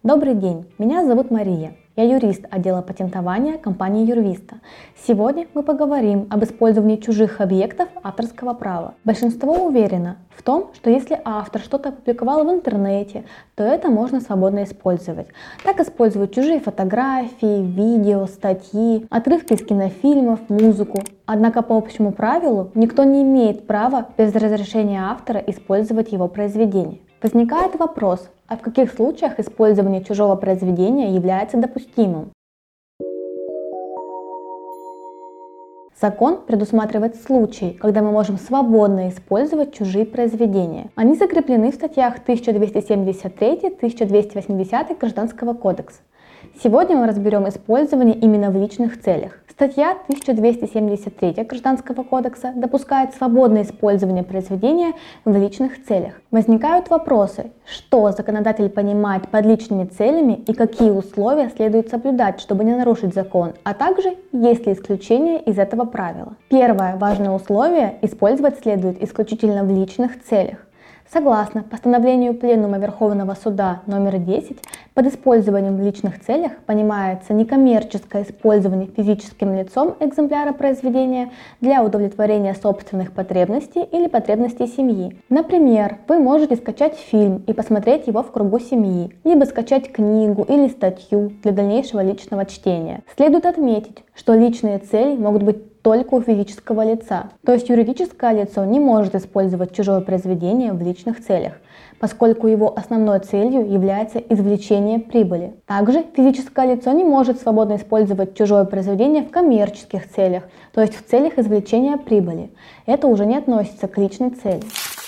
Добрый день, меня зовут Мария. Я юрист отдела патентования компании Юрвиста. Сегодня мы поговорим об использовании чужих объектов авторского права. Большинство уверено в том, что если автор что-то опубликовал в интернете, то это можно свободно использовать. Так используют чужие фотографии, видео, статьи, отрывки из кинофильмов, музыку. Однако по общему правилу никто не имеет права без разрешения автора использовать его произведение. Возникает вопрос, а в каких случаях использование чужого произведения является допустимым? Закон предусматривает случаи, когда мы можем свободно использовать чужие произведения. Они закреплены в статьях 1273-1280 Гражданского кодекса. Сегодня мы разберем использование именно в личных целях. Статья 1273 Гражданского кодекса допускает свободное использование произведения в личных целях. Возникают вопросы, что законодатель понимает под личными целями и какие условия следует соблюдать, чтобы не нарушить закон, а также есть ли исключения из этого правила. Первое важное условие – использовать следует исключительно в личных целях. Согласно постановлению Пленума Верховного Суда номер 10, под использованием в личных целях понимается некоммерческое использование физическим лицом экземпляра произведения для удовлетворения собственных потребностей или потребностей семьи. Например, вы можете скачать фильм и посмотреть его в кругу семьи, либо скачать книгу или статью для дальнейшего личного чтения. Следует отметить, что личные цели могут быть только у физического лица, то есть юридическое лицо не может использовать чужое произведение в личных целях, поскольку его основной целью является извлечение прибыли. Также физическое лицо не может свободно использовать чужое произведение в коммерческих целях, то есть в целях извлечения прибыли. Это уже не относится к личной цели.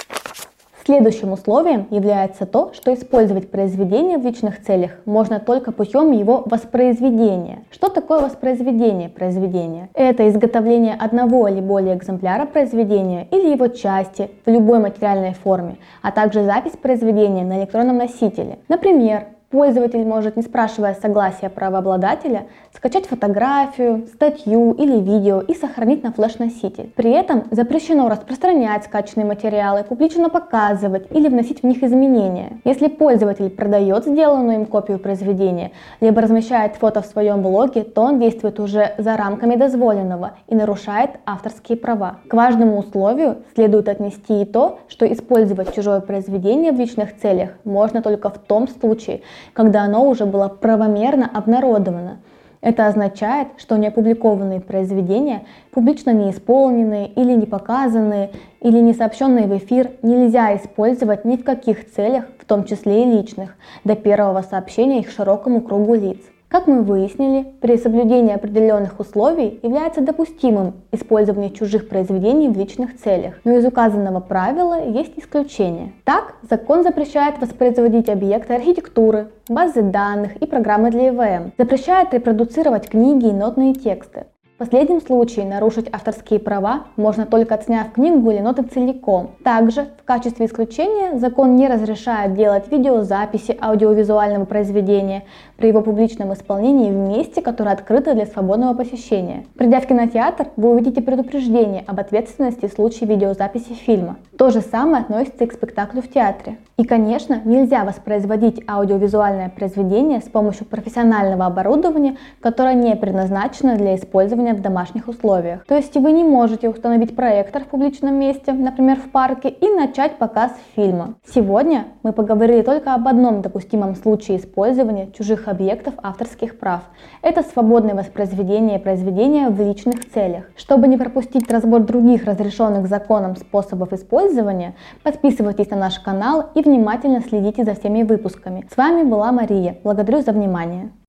Следующим условием является то, что использовать произведение в личных целях можно только путем его воспроизведения. Что такое воспроизведение произведения? Это изготовление одного или более экземпляра произведения или его части в любой материальной форме, а также запись произведения на электронном носителе. Например, пользователь может, не спрашивая согласия правообладателя, скачать фотографию, статью или видео и сохранить на флеш-носитель. При этом запрещено распространять скачанные материалы, публично показывать или вносить в них изменения. Если пользователь продает сделанную им копию произведения, либо размещает фото в своем блоге, то он действует уже за рамками дозволенного и нарушает авторские права. К важному условию следует отнести и то, что использовать чужое произведение в личных целях можно только в том случае, когда оно уже было правомерно обнародовано. Это означает, что неопубликованные произведения, публично не исполненные или не показанные, или не сообщенные в эфир, нельзя использовать ни в каких целях, в том числе и личных, до первого сообщения их широкому кругу лиц. Как мы выяснили, при соблюдении определенных условий является допустимым использование чужих произведений в личных целях, но из указанного правила есть исключения. Так, закон запрещает воспроизводить объекты архитектуры, базы данных и программы для ИВМ, запрещает репродуцировать книги и нотные тексты. В последнем случае нарушить авторские права можно только отсняв книгу или ноты целиком. Также в качестве исключения закон не разрешает делать видеозаписи аудиовизуального произведения при его публичном исполнении в месте, которое открыто для свободного посещения. Придя в кинотеатр, вы увидите предупреждение об ответственности в случае видеозаписи фильма. То же самое относится и к спектаклю в театре. И, конечно, нельзя воспроизводить аудиовизуальное произведение с помощью профессионального оборудования, которое не предназначено для использования в домашних условиях. То есть вы не можете установить проектор в публичном месте, например, в парке, и начать показ фильма. Сегодня мы поговорили только об одном допустимом случае использования чужих объектов авторских прав. Это свободное воспроизведение произведения в личных целях. Чтобы не пропустить разбор других разрешенных законом способов использования, подписывайтесь на наш канал и внимательно следите за всеми выпусками. С вами была Мария. Благодарю за внимание.